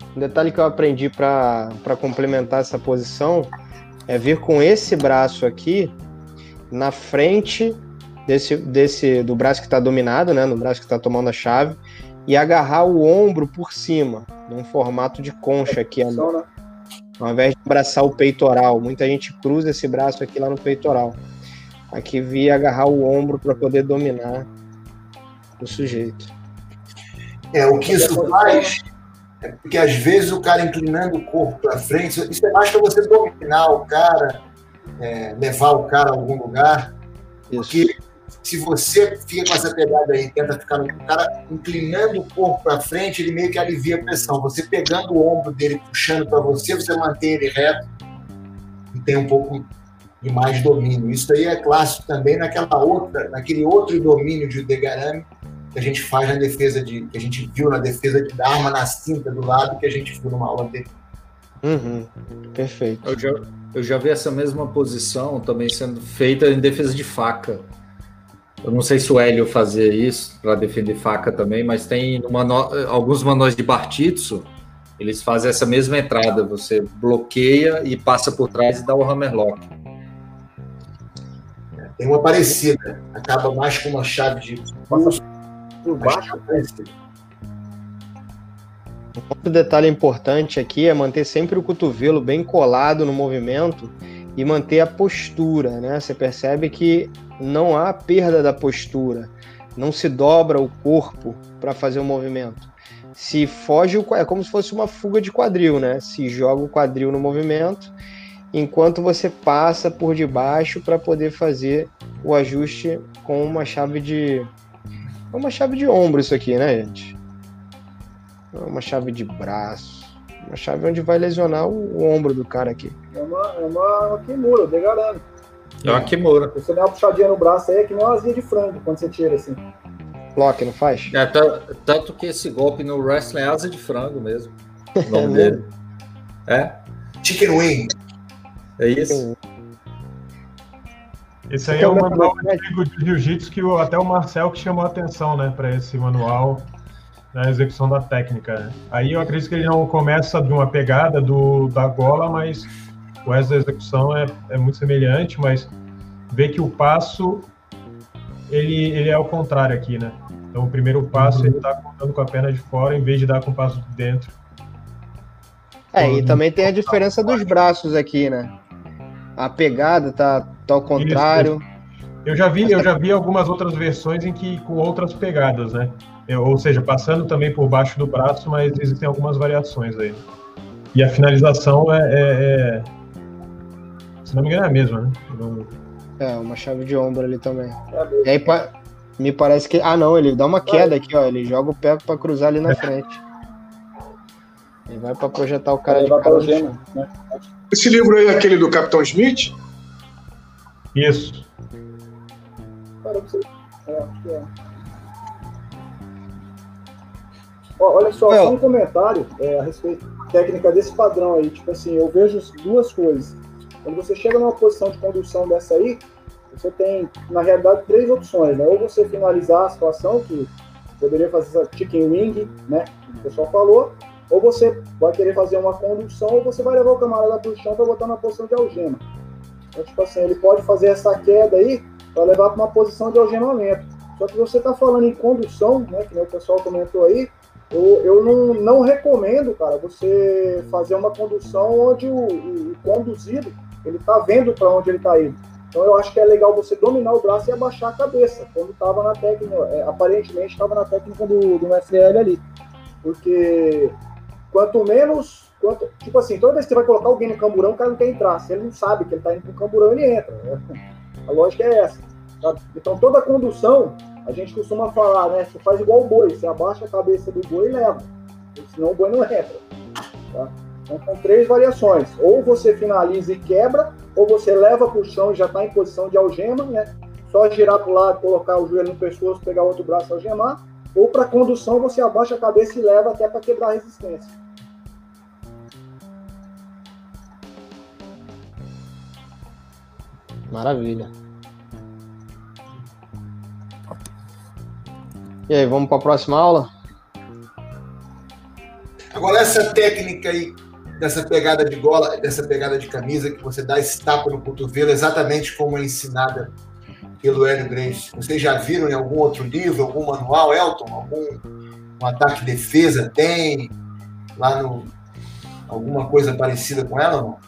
para complementar essa posição é vir com esse braço aqui na frente do braço que está dominado, né, no braço que está tomando a chave, e agarrar o ombro por cima, num formato de concha aqui, ao invés de abraçar o peitoral. Muita gente cruza esse braço aqui lá no peitoral. Aqui via agarrar o ombro para poder dominar o sujeito. O que isso faz é porque às vezes o cara inclinando o corpo para frente, isso é mais para você dominar o cara, levar o cara a algum lugar. Isso. Porque se você fica com essa pegada aí, tenta ficar no cara inclinando o corpo para frente, ele meio que alivia a pressão. Você pegando o ombro dele, puxando para você mantém ele reto e tem um pouco de mais domínio. Isso aí é clássico também naquele outro domínio de Degarani que a gente faz que a gente viu na defesa da arma na cinta do lado, que a gente viu numa aula dele. Perfeito. Eu já vi essa mesma posição também sendo feita em defesa de faca. Eu não sei se o Hélio fazia isso para defender faca também, mas tem alguns manuais de Bartitsu, eles fazem essa mesma entrada. Você bloqueia e passa por trás e dá o hammerlock. Tem uma parecida, acaba mais com uma chave de... Por baixo. Outro detalhe importante aqui é manter sempre o cotovelo bem colado no movimento e manter a postura, né? Você percebe que não há perda da postura, não se dobra o corpo para fazer o movimento. Se foge, é como se fosse uma fuga de quadril, né? Se joga o quadril no movimento, enquanto você passa por debaixo para poder fazer o ajuste com uma chave de... É uma chave de ombro isso aqui, né, gente? É uma chave de braço. Uma chave onde vai lesionar o ombro do cara aqui. É uma Kimura, Degarani. É uma Kimura. Você dá uma puxadinha no braço aí, é que nem uma asinha de frango, quando você tira assim. Lock, não faz? Tanto que esse golpe no wrestling é asa de frango mesmo. O nome dele. Chicken wing. É isso. Esse aí é um manual antigo de jiu-jitsu que até o Marcel que chamou a atenção, né, para esse manual na execução da técnica. Né? Aí eu acredito que ele não começa de uma pegada da gola, mas o resto da execução é muito semelhante, mas vê que o passo ele é ao contrário aqui, né? Então o primeiro passo ele está contando com a perna de fora em vez de dar com o passo de dentro. E também tem a diferença dos braços aqui, né? A pegada tá ao contrário. Isso. Eu já vi algumas outras versões com outras pegadas, né? Ou seja, passando também por baixo do braço, mas existem algumas variações aí. E a finalização se não me engano é a mesma, né? Uma chave de ombro ali também. E Me parece que... Ah, não, ele dá uma queda aqui, ó. Ele joga o pé pra cruzar ali na frente. Ele vai pra projetar o cara de cara no chão. Né? Esse livro aí é aquele do Capitão Smith? Isso. Cara, acho que é. Ó, olha só, só um comentário a respeito da técnica desse padrão aí. Tipo assim, eu vejo duas coisas. Quando você chega numa posição de condução dessa aí, você tem, na realidade, 3 opções, né? Ou você finalizar a situação, que poderia fazer essa chicken wing, né? Que o pessoal falou. Ou você vai querer fazer uma condução, ou você vai levar o camarada pro chão para botar na posição de algema. Então, tipo assim, ele pode fazer essa queda aí para levar para uma posição de algemamento. Só que você está falando em condução, né? Que nem o pessoal comentou aí. Eu não recomendo, cara, você fazer uma condução onde o conduzido, ele tá vendo para onde ele tá indo. Então eu acho que é legal você dominar o braço e abaixar a cabeça, quando estava na técnica, aparentemente estava na técnica do FL ali. Porque quanto menos, tipo assim, toda vez que você vai colocar alguém no camburão, o cara não quer entrar. Se ele não sabe que ele tá indo pro camburão, ele entra. A lógica é essa. Tá? Então toda condução, a gente costuma falar, né? Você faz igual o boi, você abaixa a cabeça do boi e leva. Senão o boi não entra. Tá? Então são 3 variações. Ou você finaliza e quebra, ou você leva para o chão e já está em posição de algema, né? Só girar para o lado, colocar o joelho no pescoço, pegar o outro braço e algemar. Ou para condução você abaixa a cabeça e leva até para quebrar a resistência. Maravilha. E aí, vamos para a próxima aula? Agora, essa técnica aí, dessa pegada de gola, dessa pegada de camisa, que você dá esse tapa no cotovelo, exatamente como é ensinada pelo Hélio Gracie. Vocês já viram em algum outro livro, algum manual, Elton? Um ataque de defesa tem? Lá no... Alguma coisa parecida com ela, não?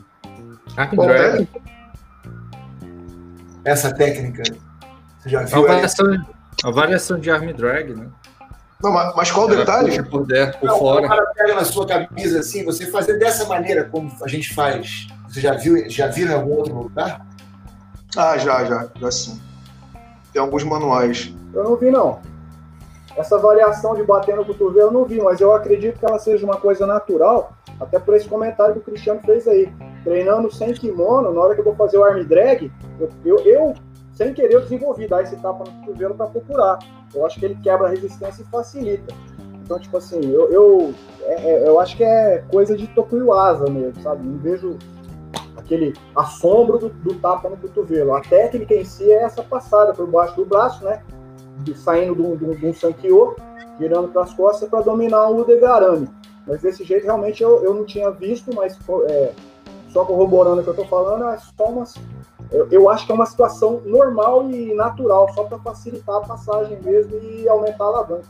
Essa técnica, você já viu? A variação de arm drag, né? Não, mas qual o detalhe? Por dentro, por fora. O cara pega na sua camisa assim, você fazer dessa maneira como a gente faz. Você já viu em algum outro lugar? Ah, já sim. Tem alguns manuais. Eu não vi, não. Essa variação de bater no cotovelo eu não vi, mas eu acredito que ela seja uma coisa natural, até por esse comentário que o Cristiano fez aí. Treinando sem kimono, na hora que eu vou fazer o arm drag, eu sem querer, eu desenvolvi, dar esse tapa no cotovelo para procurar. Eu acho que ele quebra a resistência e facilita. Então, tipo assim, eu acho que é coisa de Tokuiwasa mesmo, sabe? Não vejo aquele assombro do tapa no cotovelo. A técnica em si é essa passada por baixo do braço, né? Saindo de um Sankyo, virando para as costas para dominar um Udegarami. Mas desse jeito, realmente, eu não tinha visto, mas só corroborando o que eu tô falando, é só umas... Eu acho que é uma situação normal e natural, só para facilitar a passagem mesmo e aumentar a alavanca.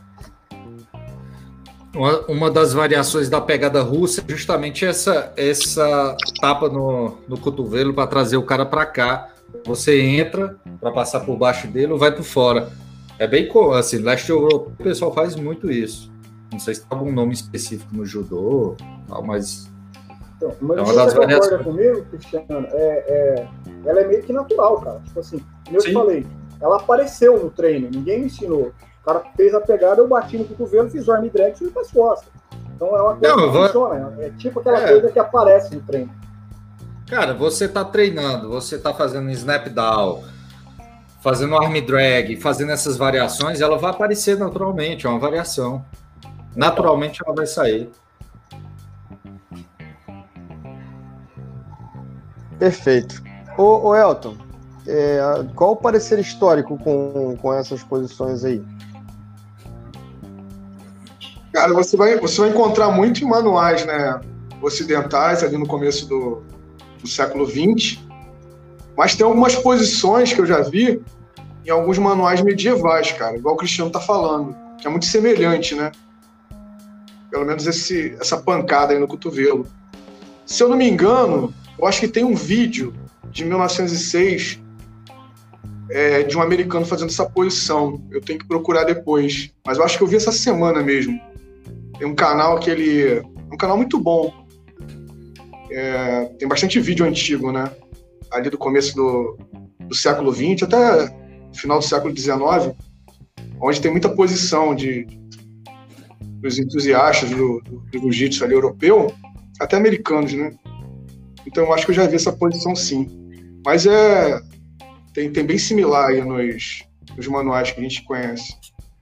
Uma das variações da pegada russa é justamente essa tapa no cotovelo para trazer o cara para cá. Você entra para passar por baixo dele ou vai por fora. É bem assim, leste europeu, o pessoal faz muito isso. Não sei se tem algum nome específico no judô, mas... Então, mas você concorda comigo, Cristiano? Ela é meio que natural, cara. Tipo assim, como eu falei, ela apareceu no treino, ninguém me ensinou. O cara fez a pegada, eu bati no cotovelo, fiz o arm drag e fui para as costas. Então é uma coisa que funciona. É tipo aquela coisa que aparece no treino. Cara, você tá treinando, você tá fazendo snap down, fazendo arm drag, fazendo essas variações, ela vai aparecer naturalmente, é uma variação. Naturalmente ela vai sair. Perfeito. Ô Elton, qual o parecer histórico com essas posições aí? Cara, você vai encontrar muito em manuais, né, ocidentais, ali no começo do século XX, mas tem algumas posições que eu já vi em alguns manuais medievais, cara, igual o Cristiano tá falando, que é muito semelhante, né? Pelo menos essa pancada aí no cotovelo. Se eu não me engano, eu acho que tem um vídeo de 1906 de um americano fazendo essa posição. Eu tenho que procurar depois. Mas eu acho que eu vi essa semana mesmo. Tem um canal um canal muito bom. Tem bastante vídeo antigo, né? Ali do começo do século XX até final do século XIX. onde tem muita posição dos entusiastas do jiu-jitsu ali europeu, até americanos, né? Então eu acho que eu já vi essa posição sim. Mas tem bem similar aí nos manuais que a gente conhece.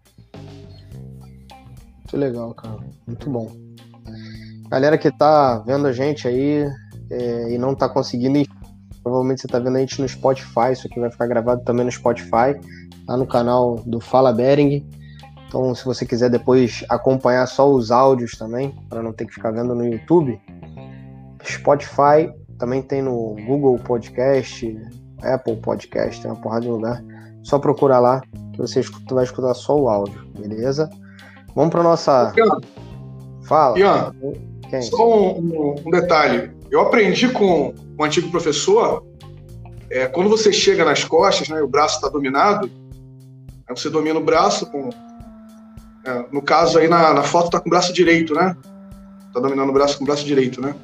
Muito legal, cara. Muito bom. Galera que tá vendo a gente aí e não tá conseguindo, provavelmente você tá vendo a gente no Spotify, isso aqui vai ficar gravado também no Spotify, lá no canal do Fala Bering. Então, se você quiser depois acompanhar só os áudios também, para não ter que ficar vendo no YouTube, Spotify, também tem no Google Podcast, Apple Podcast, tem uma porrada de lugar. Só procura lá que você vai escutar só o áudio, beleza? Vamos para nossa... Fala. Ian, só um detalhe. Eu aprendi com um antigo professor, quando você chega nas costas, né, o braço está dominado, aí você domina o braço com... no caso aí, na foto tá com o braço direito, né? Tá dominando o braço com o braço direito, né?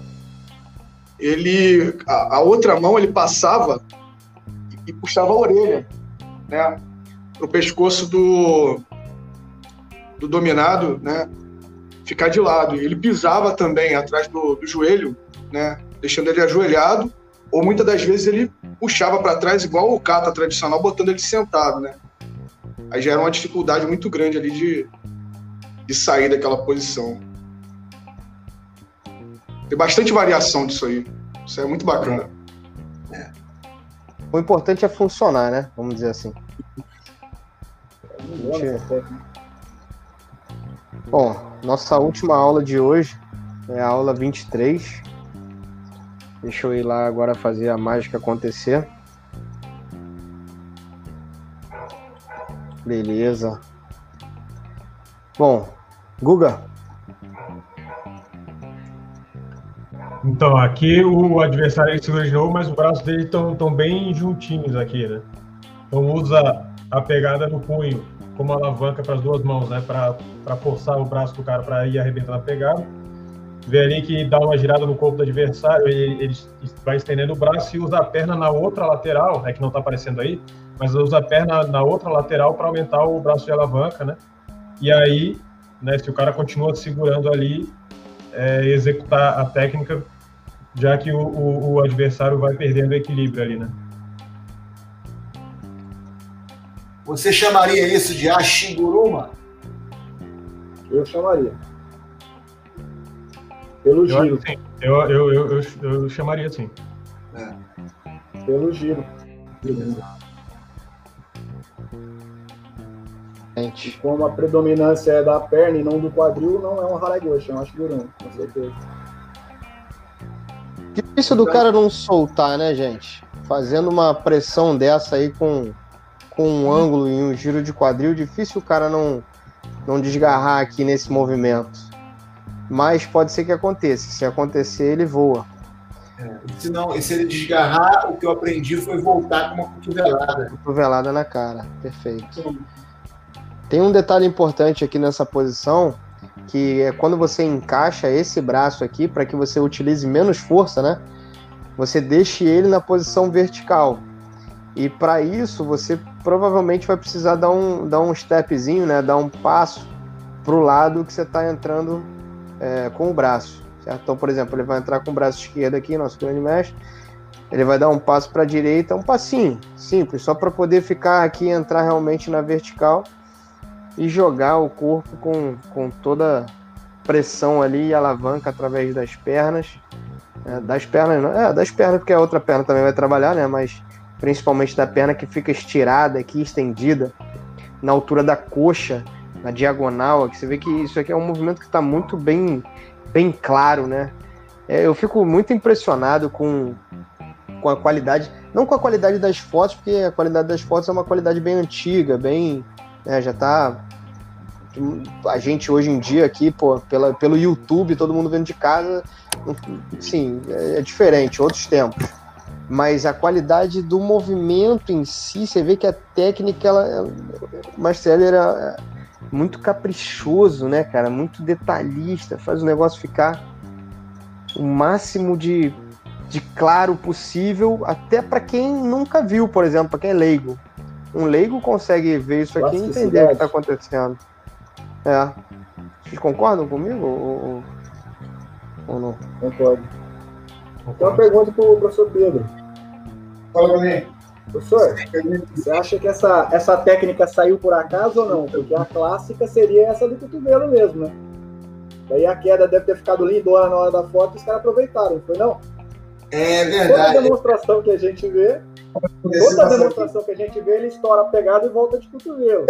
A outra mão ele passava e puxava a orelha, né? Pro pescoço do dominado, né? Ficar de lado. Ele pisava também atrás do joelho, né? Deixando ele ajoelhado, ou muitas das vezes ele puxava para trás, igual o kata tradicional, botando ele sentado, né? Aí já era uma dificuldade muito grande ali de sair daquela posição. Tem bastante variação disso aí. Isso é muito bacana. O importante é funcionar, né? Vamos dizer assim. Bom, nossa última aula de hoje é a aula 23. Deixa eu ir lá agora fazer a mágica acontecer. Beleza. Bom, Guga. Então, aqui o adversário segura de novo, mas os braços dele estão bem juntinhos aqui, né? Então usa a pegada no punho como alavanca para as duas mãos, né? Para forçar o braço do cara para ir arrebentando a pegada. Vê ali que dá uma girada no corpo do adversário, ele vai estendendo o braço e usa a perna na outra lateral, que não está aparecendo aí, mas usa a perna na outra lateral para aumentar o braço de alavanca, né? E aí, né, se o cara continua segurando ali, executar a técnica, já que o adversário vai perdendo o equilíbrio ali, né? Você chamaria isso de Ashiguruma? Eu chamaria. Pelo giro. Eu chamaria assim. Pelo giro. E como a predominância é da perna e não do quadril, não é um Haraguchi, é um Ashiguruma, com certeza. Difícil do cara não soltar, né, gente? Fazendo uma pressão dessa aí com um ângulo e um giro de quadril, difícil o cara não desgarrar aqui nesse movimento. Mas pode ser que aconteça. Se acontecer, ele voa. Se ele desgarrar, o que eu aprendi foi voltar com uma cotovelada. Cotovelada na cara, perfeito. Tem um detalhe importante aqui nessa posição, que é quando você encaixa esse braço aqui, para que você utilize menos força, né? Você deixe ele na posição vertical. E para isso, você provavelmente vai precisar dar um stepzinho, né? Dar um passo para o lado que você está entrando com o braço. Certo? Então, por exemplo, ele vai entrar com o braço esquerdo aqui, nosso grande mestre. Ele vai dar um passo para a direita, um passinho simples, só para poder ficar aqui e entrar realmente na vertical e jogar o corpo com toda pressão ali e alavanca através das pernas. Das pernas, porque a outra perna também vai trabalhar, né? Mas principalmente da perna que fica estirada aqui, estendida, na altura da coxa, na diagonal. Aqui você vê que isso aqui é um movimento que está muito bem claro, né? Eu fico muito impressionado com a qualidade, não com a qualidade das fotos, porque a qualidade das fotos é uma qualidade bem antiga, bem... já tá... A gente hoje em dia aqui, pelo YouTube, todo mundo vendo de casa, sim, é diferente, outros tempos. Mas a qualidade do movimento em si, você vê que a técnica, o Marcelo era muito caprichoso, né, cara? Muito detalhista, faz o negócio ficar o máximo de claro possível, até para quem nunca viu, por exemplo, para quem é leigo. Um leigo consegue ver isso aqui e entender o que está acontecendo. Vocês concordam comigo ou não? Concordo. Então, uma pergunta para o professor Pedro. Fala, Bruninho. Professor, você acha que essa técnica saiu por acaso ou não? Porque a clássica seria essa do cotovelo mesmo, né? Daí a queda deve ter ficado lindona na hora da foto e os caras aproveitaram, não foi não? É verdade. Toda demonstração que a gente vê, ele estoura a pegada e volta de cotovelo.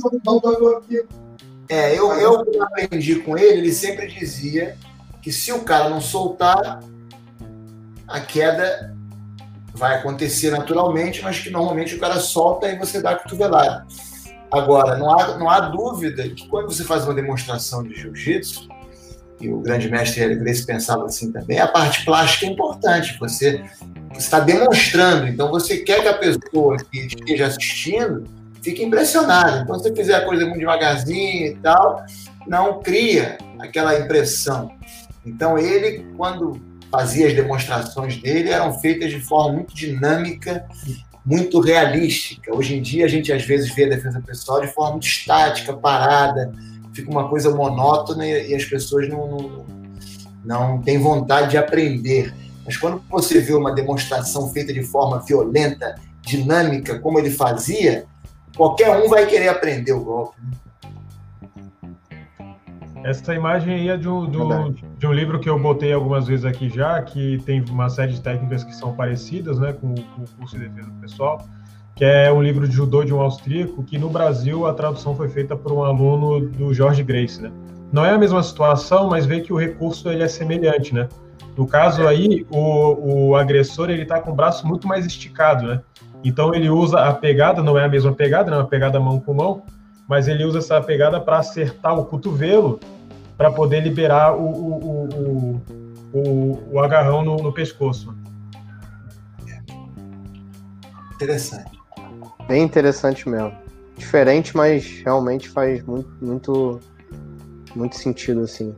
Eu aprendi com ele sempre dizia que se o cara não soltar, a queda vai acontecer naturalmente, mas que normalmente o cara solta e você dá a cotovelada. Agora, não há dúvida que quando você faz uma demonstração de jiu-jitsu, e o grande mestre Hélio Gracie pensava assim também, a parte plástica é importante, você está demonstrando, então você quer que a pessoa que esteja assistindo fique impressionada. Então, se você fizer a coisa muito devagarzinho e tal, não cria aquela impressão. Então, ele, quando fazia as demonstrações dele, eram feitas de forma muito dinâmica, muito realística. Hoje em dia, a gente às vezes vê a defesa pessoal de forma muito estática, parada, fica uma coisa monótona e as pessoas não têm vontade de aprender. Mas quando você vê uma demonstração feita de forma violenta, dinâmica, como ele fazia, qualquer um vai querer aprender o golpe. Essa imagem aí é de um livro que eu botei algumas vezes aqui já, que tem uma série de técnicas que são parecidas, né, com o curso de defesa pessoal, que é um livro de judô de um austríaco, que no Brasil a tradução foi feita por um aluno do Jorge Gracie, né? Não é a mesma situação, mas vê que o recurso ele é semelhante, né? No caso aí, o agressor ele está com o braço muito mais esticado, né? Então ele usa a pegada, não é a mesma pegada, não é uma pegada mão com mão, mas ele usa essa pegada para acertar o cotovelo, para poder liberar o agarrão no pescoço. Interessante. Bem interessante mesmo. Diferente, mas realmente faz muito sentido, assim.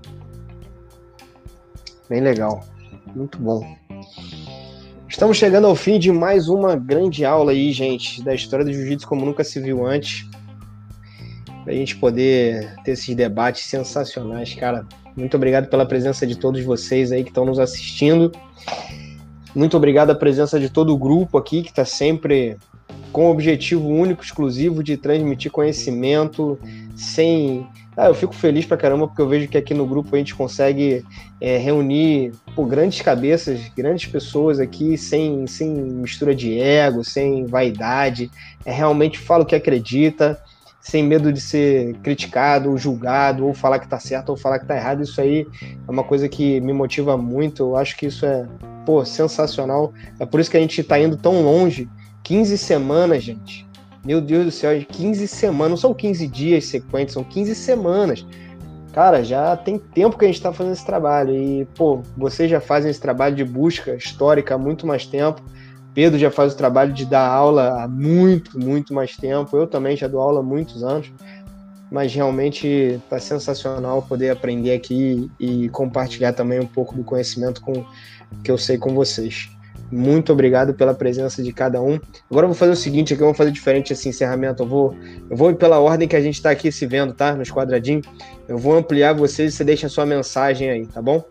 Bem legal. Muito bom. Estamos chegando ao fim de mais uma grande aula aí, gente, da história do jiu-jitsu como nunca se viu antes. Pra gente poder ter esses debates sensacionais, cara. Muito obrigado pela presença de todos vocês aí que estão nos assistindo. Muito obrigado à presença de todo o grupo aqui, que está sempre com o objetivo único, exclusivo de transmitir conhecimento sem... eu fico feliz pra caramba, porque eu vejo que aqui no grupo a gente consegue reunir grandes cabeças, grandes pessoas aqui, sem mistura de ego, sem vaidade. Realmente fala o que acredita, sem medo de ser criticado, ou julgado, ou falar que tá certo, ou falar que tá errado. Isso aí é uma coisa que me motiva muito. Eu acho que isso é, sensacional. É por isso que a gente tá indo tão longe. 15 semanas, gente. Meu Deus do céu, 15 semanas. Não são 15 dias sequentes, são 15 semanas. Cara, já tem tempo que a gente tá fazendo esse trabalho. E, vocês já fazem esse trabalho de busca histórica há muito mais tempo. Pedro já faz o trabalho de dar aula há muito, muito mais tempo. Eu também já dou aula há muitos anos. Mas realmente tá sensacional poder aprender aqui e compartilhar também um pouco do conhecimento que eu sei com vocês. Muito obrigado pela presença de cada um. Agora eu vou fazer o seguinte aqui, eu vou fazer diferente esse encerramento. Eu vou ir pela ordem que a gente está aqui se vendo, tá? Nos quadradinhos. Eu vou ampliar vocês e você deixa a sua mensagem aí, tá bom?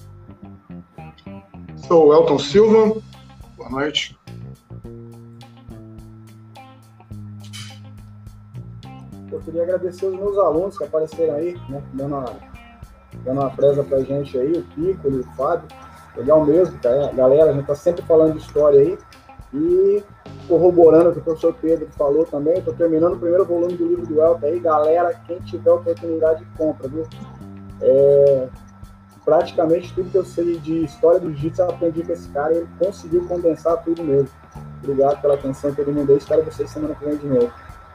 Sou o Elton Silva. Boa noite. Eu queria agradecer os meus alunos que apareceram aí, né? Dando uma presa pra gente aí, o Pico e o Fábio. Legal mesmo, tá? Galera, a gente tá sempre falando de história aí e corroborando o que o professor Pedro falou também. Eu tô terminando o primeiro volume do livro do Elton aí. Galera, quem tiver oportunidade, compra, viu? Praticamente tudo que eu sei de história do jiu-jitsu eu aprendi com esse cara e ele conseguiu condensar tudo mesmo. Obrigado pela atenção, todo mundo aí. Espero vocês semana que vem de novo.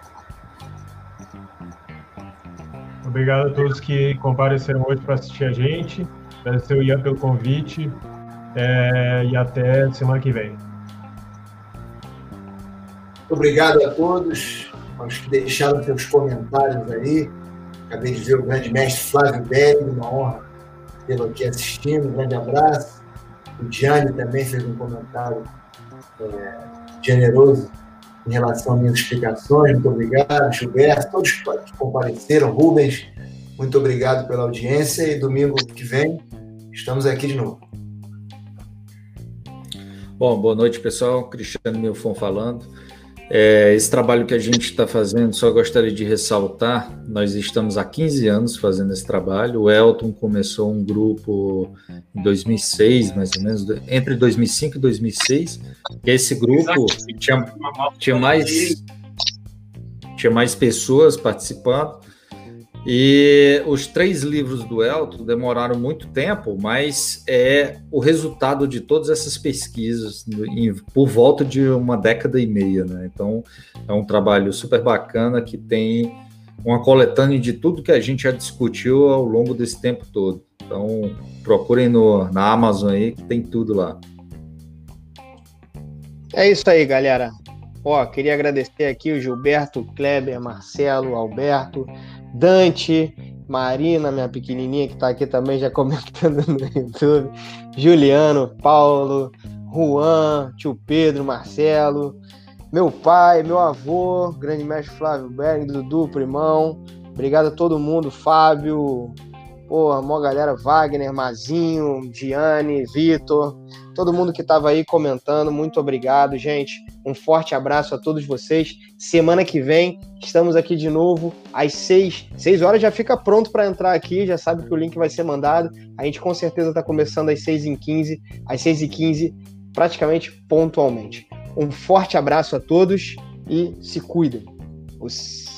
Obrigado a todos que compareceram hoje para assistir a gente. Agradecer o Ian pelo convite e até semana que vem. Obrigado a todos, aos que deixaram seus comentários aí. Acabei de ver o grande mestre Flávio Belli, uma honra tê-lo aqui assistindo. Um grande abraço. O Gianni também fez um comentário generoso em relação às minhas explicações. Muito obrigado, Gilberto, todos que compareceram, Rubens, muito obrigado pela audiência e domingo que vem estamos aqui de novo. Bom, boa noite, pessoal. Cristiano Milfon falando. Esse trabalho que a gente está fazendo, só gostaria de ressaltar, nós estamos há 15 anos fazendo esse trabalho. O Elton começou um grupo em 2006, mais ou menos, entre 2005 e 2006. E esse grupo tinha mais pessoas participando. E os 3 livros do Elton demoraram muito tempo, mas é o resultado de todas essas pesquisas por volta de uma década e meia, né? Então, é um trabalho super bacana que tem uma coletânea de tudo que a gente já discutiu ao longo desse tempo todo. Então, procurem na Amazon aí, que tem tudo lá. É isso aí, galera. Queria agradecer aqui o Gilberto, Kleber, Marcelo, Alberto, Dante, Marina, minha pequenininha que está aqui também já comentando no YouTube, Juliano, Paulo, Juan, tio Pedro, Marcelo, meu pai, meu avô, grande mestre Flávio Bering, Dudu, Primão, obrigado a todo mundo, Fábio, mó galera, Wagner, Mazinho, Gianni, Vitor, todo mundo que estava aí comentando, muito obrigado, gente. Um forte abraço a todos vocês. Semana que vem estamos aqui de novo às 6 horas, já fica pronto para entrar aqui, já sabe que o link vai ser mandado. A gente com certeza está começando às 6h15, praticamente pontualmente. Um forte abraço a todos e se cuidem.